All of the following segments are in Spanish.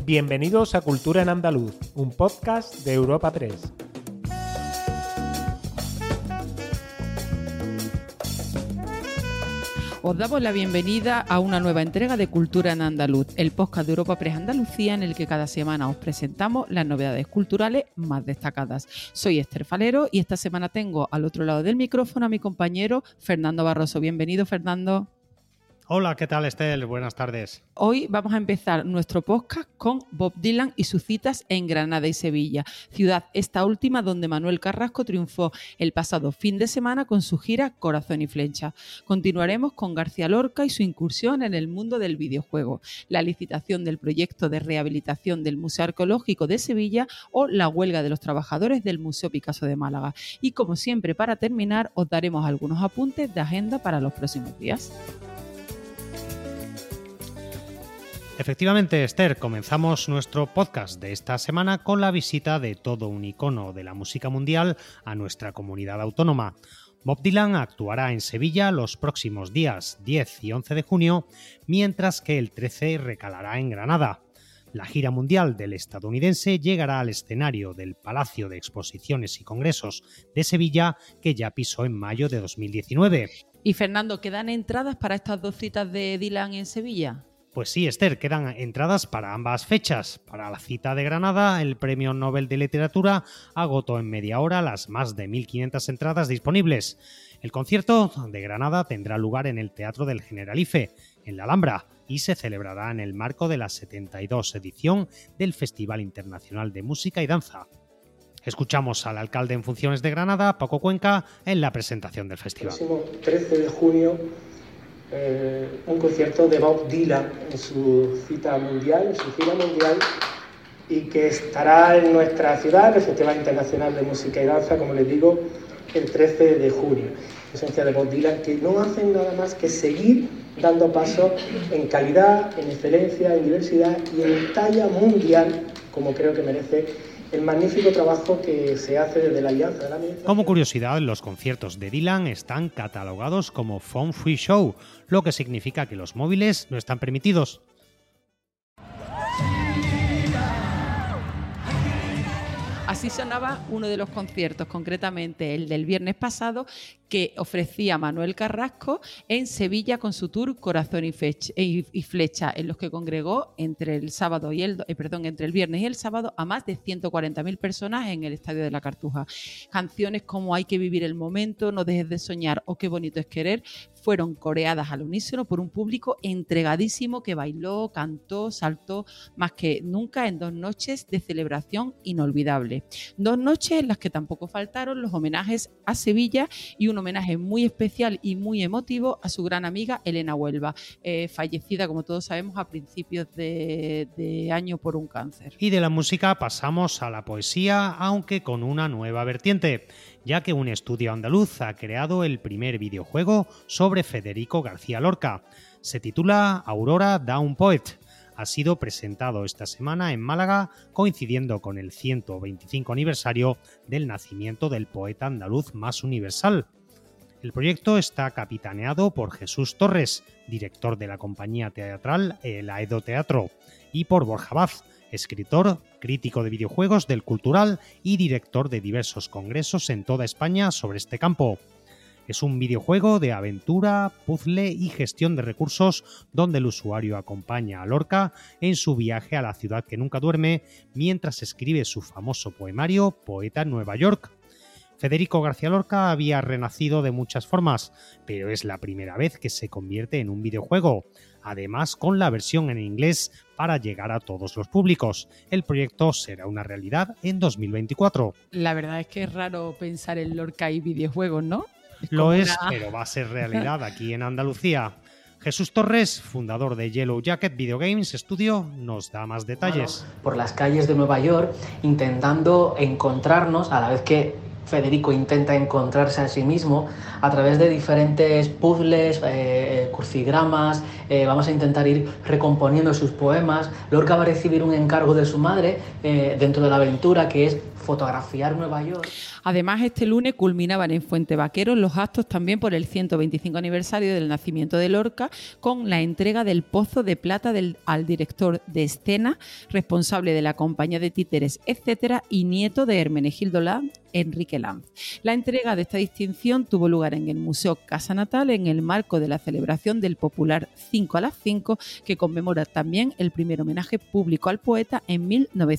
Bienvenidos a Cultura en Andaluz, un podcast de Europa 3. Os damos la bienvenida a una nueva entrega de Cultura en Andaluz, el podcast de Europa Press Andalucía en el que cada semana os presentamos las novedades culturales más destacadas. Soy Esther Falero y esta semana tengo al otro lado del micrófono a mi compañero Fernando Barroso. Bienvenido, Fernando. Hola, ¿qué tal, Estel? Buenas tardes. Hoy vamos a empezar nuestro podcast con Bob Dylan y sus citas en Granada y Sevilla, ciudad esta última donde Manuel Carrasco triunfó el pasado fin de semana con su gira Corazón y Flecha. Continuaremos con García Lorca y su incursión en el mundo del videojuego, la licitación del proyecto de rehabilitación del Museo Arqueológico de Sevilla o la huelga de los trabajadores del Museo Picasso de Málaga. Y como siempre, para terminar, os daremos algunos apuntes de agenda para los próximos días. Efectivamente, Esther, comenzamos nuestro podcast de esta semana con la visita de todo un icono de la música mundial a nuestra comunidad autónoma. Bob Dylan actuará en Sevilla los próximos días 10 y 11 de junio, mientras que el 13 recalará en Granada. La gira mundial del estadounidense llegará al escenario del Palacio de Exposiciones y Congresos de Sevilla, que ya pisó en mayo de 2019. Y Fernando, ¿quedan entradas para estas dos citas de Dylan en Sevilla? Pues sí, Esther, quedan entradas para ambas fechas. Para la cita de Granada, el Premio Nobel de Literatura agotó en media hora las más de 1.500 entradas disponibles. El concierto de Granada tendrá lugar en el Teatro del Generalife, en la Alhambra, y se celebrará en el marco de la 72 edición del Festival Internacional de Música y Danza. Escuchamos al alcalde en funciones de Granada, Paco Cuenca, en la presentación del festival. El próximo 13 de junio... un concierto de Bob Dylan en su cita mundial, en su gira mundial, y que estará en nuestra ciudad, el Festival Internacional de Música y Danza, como les digo, el 13 de junio. Presencia de Bob Dylan, que no hacen nada más que seguir dando pasos en calidad, en excelencia, en diversidad y en talla mundial, como creo que merece el magnífico trabajo que se hace desde la Alianza de la Administración. Como curiosidad, los conciertos de Dylan están catalogados como Phone Free Show, lo que significa que los móviles no están permitidos. Así sonaba uno de los conciertos, concretamente el del viernes pasado, que ofrecía Manuel Carrasco en Sevilla con su tour Corazón y Flecha, en los que congregó entre el viernes y el sábado a más de 140.000 personas en el Estadio de la Cartuja. Canciones como Hay que vivir el momento, No dejes de soñar o Qué bonito es querer fueron coreadas al unísono por un público entregadísimo que bailó, cantó, saltó más que nunca en 2 noches de celebración inolvidable. 2 noches en las que tampoco faltaron los homenajes a Sevilla y un homenaje muy especial y muy emotivo a su gran amiga Elena Huelva, fallecida, como todos sabemos, a principios de año por un cáncer. Y de la música pasamos a la poesía, aunque con una nueva vertiente, ya que un estudio andaluz ha creado el primer videojuego sobre Federico García Lorca. Se titula Aurora Dawn Poet. Ha sido presentado esta semana en Málaga, coincidiendo con el 125 aniversario del nacimiento del poeta andaluz más universal. El proyecto está capitaneado por Jesús Torres, director de la compañía teatral El Aedo Teatro, y por Borja Vaz, escritor, crítico de videojuegos del Cultural y director de diversos congresos en toda España sobre este campo. Es un videojuego de aventura, puzzle y gestión de recursos donde el usuario acompaña a Lorca en su viaje a la ciudad que nunca duerme mientras escribe su famoso poemario Poeta en Nueva York. Federico García Lorca había renacido de muchas formas, pero es la primera vez que se convierte en un videojuego, además con la versión en inglés para llegar a todos los públicos. El proyecto será una realidad en 2024. La verdad es que es raro pensar en Lorca y videojuegos, ¿no? Lo es, pero va a ser realidad aquí en Andalucía. Jesús Torres, fundador de Yellow Jacket Video Games Studio, nos da más detalles. Por las calles de Nueva York, intentando encontrarnos, a la vez que Federico intenta encontrarse a sí mismo a través de diferentes puzzles, crucigramas. Vamos a intentar ir recomponiendo sus poemas. Lorca va a recibir un encargo de su madre dentro de la aventura, que es fotografiar Nueva York. Además, este lunes culminaban en Fuente Vaqueros los actos también por el 125 aniversario del nacimiento de Lorca, con la entrega del Pozo de Plata al director de escena, responsable de la compañía de títeres, etcétera, y nieto de Hermenegildo Lanz, Enrique Lanz. La entrega de esta distinción tuvo lugar en el Museo Casa Natal en el marco de la celebración del popular 5 a las 5, que conmemora también el primer homenaje público al poeta en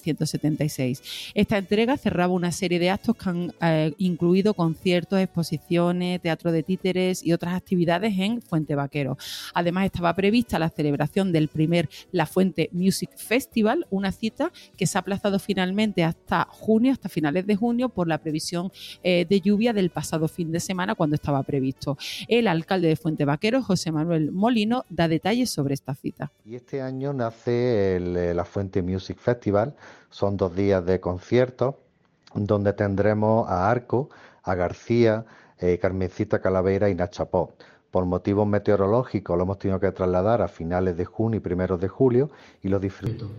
1976. Esta entrega cerraba una serie de actos que han incluido conciertos, exposiciones, teatro de títeres y otras actividades en Fuente Vaqueros. Además, estaba prevista la celebración del primer La Fuente Music Festival, una cita que se ha aplazado finalmente hasta finales de junio, por la previsión de lluvia del pasado fin de semana, cuando estaba previsto. El alcalde de Fuente Vaqueros, José Manuel Molino, da detalles sobre esta cita. Y este año nace la Fuente Music Festival. Son 2 días de conciertos donde tendremos a Arco, a García, Carmencita Calavera y Nacha Pop. Por motivos meteorológicos lo hemos tenido que trasladar a finales de junio y primeros de julio, y los disfrutamos.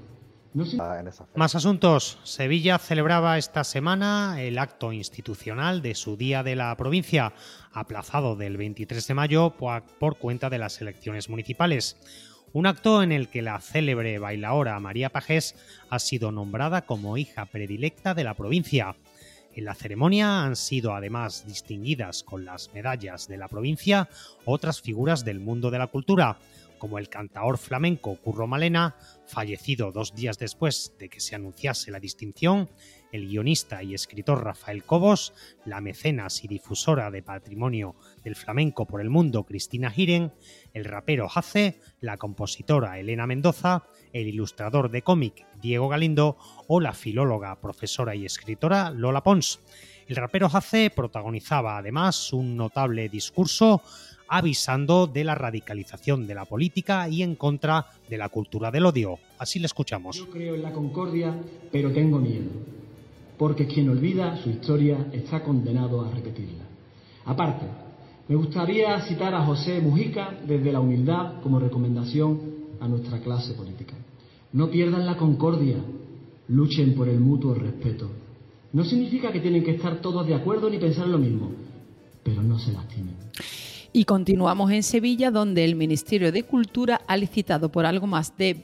Más asuntos. Sevilla celebraba esta semana el acto institucional de su Día de la Provincia, aplazado del 23 de mayo por cuenta de las elecciones municipales. Un acto en el que la célebre bailaora María Pajés ha sido nombrada como hija predilecta de la provincia. En la ceremonia han sido además distinguidas con las medallas de la provincia otras figuras del mundo de la cultura, como el cantaor flamenco Curro Malena, fallecido 2 días después de que se anunciase la distinción, el guionista y escritor Rafael Cobos, la mecenas y difusora de patrimonio del flamenco por el mundo Cristina Giren, el rapero Jace, la compositora Elena Mendoza, el ilustrador de cómic Diego Galindo o la filóloga, profesora y escritora Lola Pons. El rapero Jace protagonizaba además un notable discurso avisando de la radicalización de la política y en contra de la cultura del odio. Así le escuchamos. Yo creo en la concordia, pero tengo miedo, porque quien olvida su historia está condenado a repetirla. Aparte, me gustaría citar a José Mujica desde la humildad como recomendación a nuestra clase política. No pierdan la concordia, luchen por el mutuo respeto. No significa que tienen que estar todos de acuerdo ni pensar lo mismo, pero no se lastimen. Y continuamos en Sevilla, donde el Ministerio de Cultura ha licitado por algo más de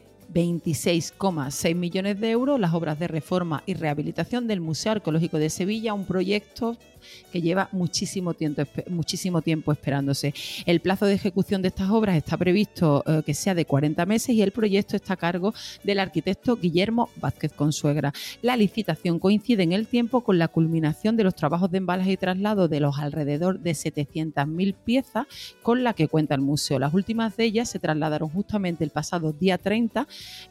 26,6 millones de euros las obras de reforma y rehabilitación del Museo Arqueológico de Sevilla, un proyecto que lleva muchísimo tiempo esperándose. El plazo de ejecución de estas obras está previsto que sea de 40 meses y el proyecto está a cargo del arquitecto Guillermo Vázquez Consuegra. La licitación coincide en el tiempo con la culminación de los trabajos de embalaje y traslado de los alrededor de 700.000 piezas con la que cuenta el museo. Las últimas de ellas se trasladaron justamente el pasado día 30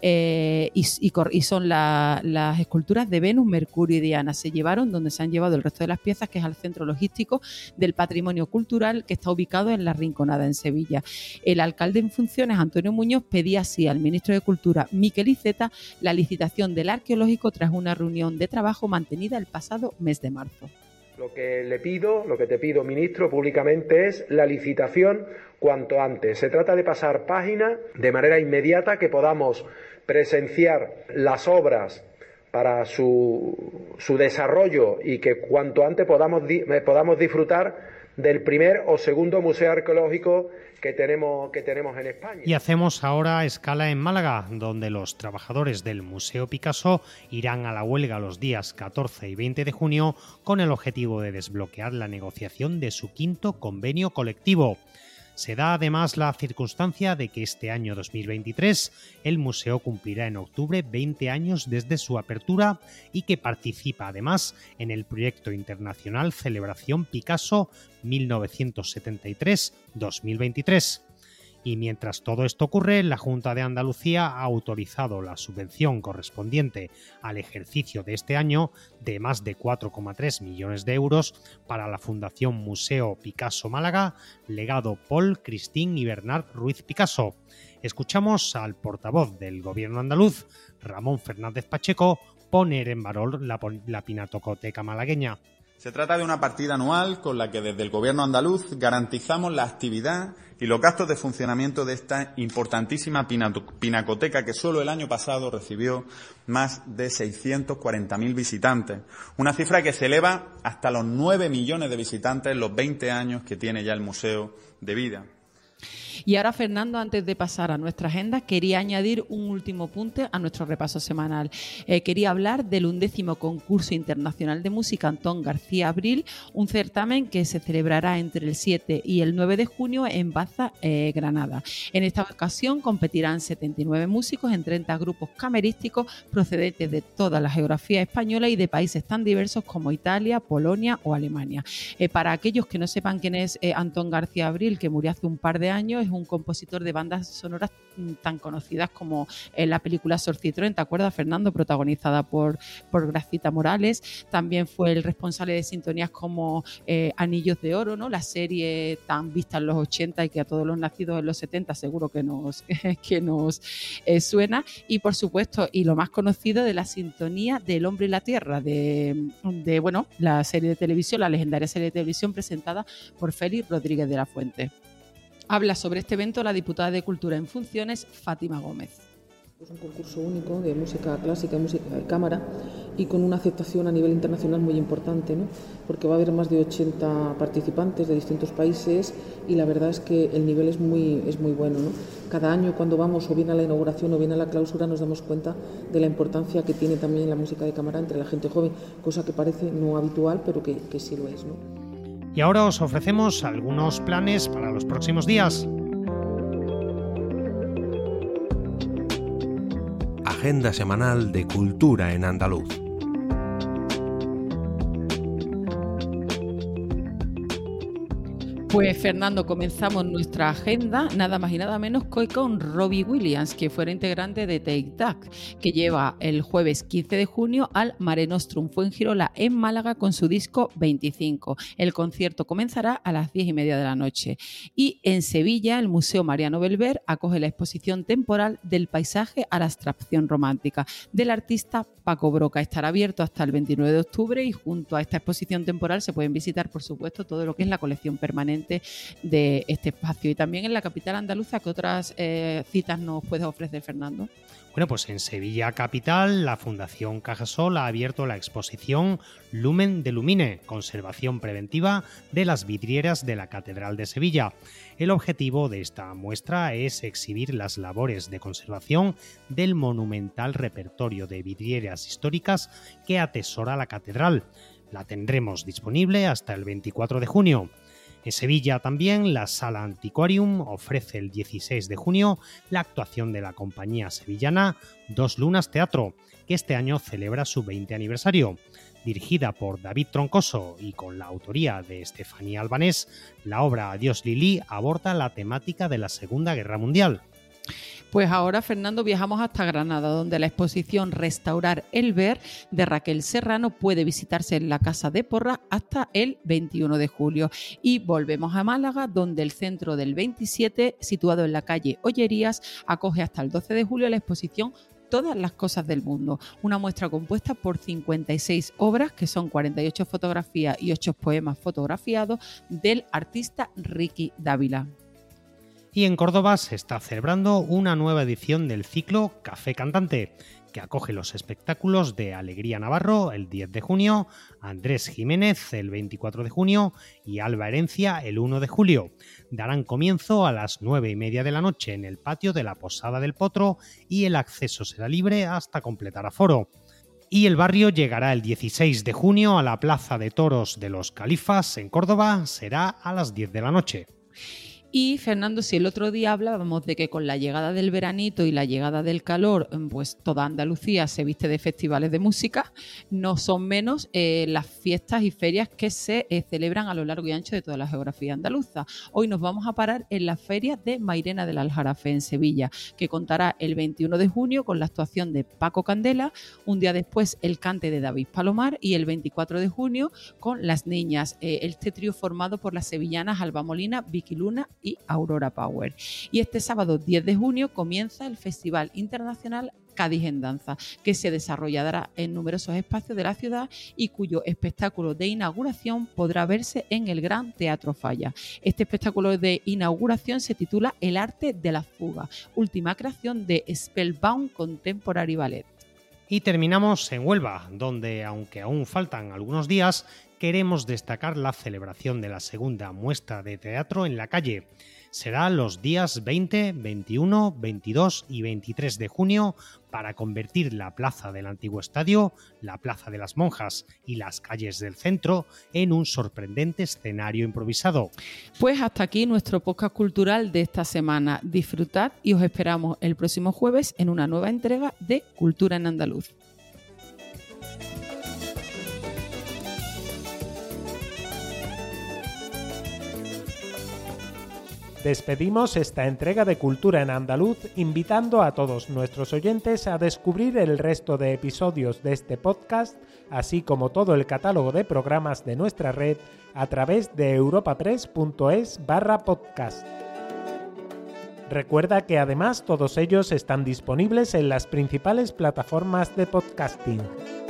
y son las esculturas de Venus, Mercurio y Diana. Se llevaron donde se han llevado el resto de las piezas, que es al centro logístico del patrimonio cultural, que está ubicado en La Rinconada, en Sevilla. El alcalde en funciones, Antonio Muñoz, pedía así al ministro de Cultura, Miquel Iceta, la licitación del arqueológico tras una reunión de trabajo mantenida el pasado mes de marzo. Lo que te pido, ministro, públicamente es la licitación cuanto antes. Se trata de pasar página de manera inmediata, que podamos presenciar las obras para su desarrollo y que cuanto antes podamos disfrutar del primer o segundo museo arqueológico que tenemos en España. Y hacemos ahora escala en Málaga, donde los trabajadores del Museo Picasso irán a la huelga los días 14 y 20 de junio con el objetivo de desbloquear la negociación de su 5º convenio colectivo. Se da además la circunstancia de que este año 2023 el museo cumplirá en octubre 20 años desde su apertura y que participa además en el proyecto internacional Celebración Picasso 1973-2023. Y mientras todo esto ocurre, la Junta de Andalucía ha autorizado la subvención correspondiente al ejercicio de este año de más de 4,3 millones de euros para la Fundación Museo Picasso Málaga, legado Paul, Christine y Bernard Ruiz Picasso. Escuchamos al portavoz del Gobierno andaluz, Ramón Fernández Pacheco, poner en valor la Pinacoteca malagueña. Se trata de una partida anual con la que desde el Gobierno andaluz garantizamos la actividad y los gastos de funcionamiento de esta importantísima pinacoteca que solo el año pasado recibió más de 640.000 visitantes. Una cifra que se eleva hasta los 9 millones de visitantes en los 20 años que tiene ya el Museo de Vida. Y ahora, Fernando, antes de pasar a nuestra agenda, quería añadir un último punto a nuestro repaso semanal. Quería hablar del 11º Concurso Internacional de Música Antón García Abril, un certamen que se celebrará entre el 7 y el 9 de junio en Baza, Granada. En esta ocasión competirán 79 músicos en 30 grupos camerísticos procedentes de toda la geografía española y de países tan diversos como Italia, Polonia o Alemania. Para aquellos que no sepan quién es Antón García Abril, que murió hace un par de años, es un compositor de bandas sonoras tan conocidas como la película Sor Citroën, ¿te acuerdas, Fernando? Protagonizada por Gracita Morales. También fue el responsable de sintonías como Anillos de Oro, ¿no? La serie tan vista en los 80 y que a todos los nacidos en los 70 seguro que nos suena. Y por supuesto, y lo más conocido, de la sintonía del Hombre y la Tierra, de la serie de televisión, la legendaria serie de televisión presentada por Félix Rodríguez de la Fuente. Habla sobre este evento la diputada de Cultura en funciones, Fátima Gómez. Es un concurso único de música clásica y música de cámara y con una aceptación a nivel internacional muy importante, ¿no? Porque va a haber más de 80 participantes de distintos países y la verdad es que el nivel es muy bueno, ¿no? Cada año cuando vamos o bien a la inauguración o bien a la clausura nos damos cuenta de la importancia que tiene también la música de cámara entre la gente joven, cosa que parece no habitual pero que sí lo es, ¿no? Y ahora os ofrecemos algunos planes para los próximos días. Agenda semanal de Cultura en Andaluz. Pues Fernando, comenzamos nuestra agenda nada más y nada menos que con Robbie Williams, que fuera integrante de Take That, que lleva el jueves 15 de junio al Mare Nostrum Fuengirola en Málaga con su disco 25. El concierto comenzará a las 10:30 de la noche. Y en Sevilla, el Museo Mariano Belver acoge la exposición temporal del paisaje a la abstracción romántica del artista Paco Broca. Estará abierto hasta el 29 de octubre y junto a esta exposición temporal se pueden visitar, por supuesto, todo lo que es la colección permanente de este espacio. Y también en la capital andaluza, ¿qué otras citas nos puedes ofrecer, Fernando? Bueno, pues en Sevilla capital, la Fundación Cajasol ha abierto la exposición Lumen de Lumine, conservación preventiva de las vidrieras de la Catedral de Sevilla. El objetivo de esta muestra es exhibir las labores de conservación del monumental repertorio de vidrieras históricas que atesora la catedral. La tendremos disponible hasta el 24 de junio. En Sevilla también la Sala Antiquarium ofrece el 16 de junio la actuación de la compañía sevillana Dos Lunas Teatro, que este año celebra su 20 aniversario. Dirigida por David Troncoso y con la autoría de Estefanía Albanés, la obra Adiós Lili aborda la temática de la Segunda Guerra Mundial. Pues ahora, Fernando, viajamos hasta Granada, donde la exposición Restaurar el Ver de Raquel Serrano puede visitarse en la Casa de Porra hasta el 21 de julio. Y volvemos a Málaga, donde el Centro del 27, situado en la calle Ollerías, acoge hasta el 12 de julio la exposición Todas las cosas del mundo, una muestra compuesta por 56 obras, que son 48 fotografías y 8 poemas fotografiados del artista Ricky Dávila. Y en Córdoba se está celebrando una nueva edición del ciclo Café Cantante, que acoge los espectáculos de Alegría Navarro el 10 de junio, Andrés Jiménez el 24 de junio y Alba Herencia el 1 de julio. Darán comienzo a las 9:30 de la noche en el patio de la Posada del Potro y el acceso será libre hasta completar aforo. Y el barrio llegará el 16 de junio a la Plaza de Toros de los Califas en Córdoba, será a las 10 de la noche. Y Fernando, si el otro día hablábamos de que con la llegada del veranito y la llegada del calor, pues toda Andalucía se viste de festivales de música, no son menos las fiestas y ferias que se celebran a lo largo y ancho de toda la geografía andaluza. Hoy nos vamos a parar en la feria de Mairena del Aljarafe en Sevilla, que contará el 21 de junio con la actuación de Paco Candela, un día después el cante de David Palomar y el 24 de junio con Las Niñas, este trío formado por las sevillanas Alba Molina, Vicky Luna y Aurora Power. Y este sábado 10 de junio comienza el Festival Internacional Cádiz en Danza, que se desarrollará en numerosos espacios de la ciudad y cuyo espectáculo de inauguración podrá verse en el Gran Teatro Falla. Este espectáculo de inauguración se titula El arte de la fuga, última creación de Spellbound Contemporary Ballet. Y terminamos en Huelva, donde, aunque aún faltan algunos días, queremos destacar la celebración de la segunda muestra de teatro en la calle. Será los días 20, 21, 22 y 23 de junio para convertir la plaza del antiguo estadio, la plaza de las monjas y las calles del centro en un sorprendente escenario improvisado. Pues hasta aquí nuestro podcast cultural de esta semana. Disfrutad y os esperamos el próximo jueves en una nueva entrega de Cultura en Andaluz. Despedimos esta entrega de Cultura en Andaluz invitando a todos nuestros oyentes a descubrir el resto de episodios de este podcast, así como todo el catálogo de programas de nuestra red a través de europapress.es/podcast. Recuerda que además todos ellos están disponibles en las principales plataformas de podcasting.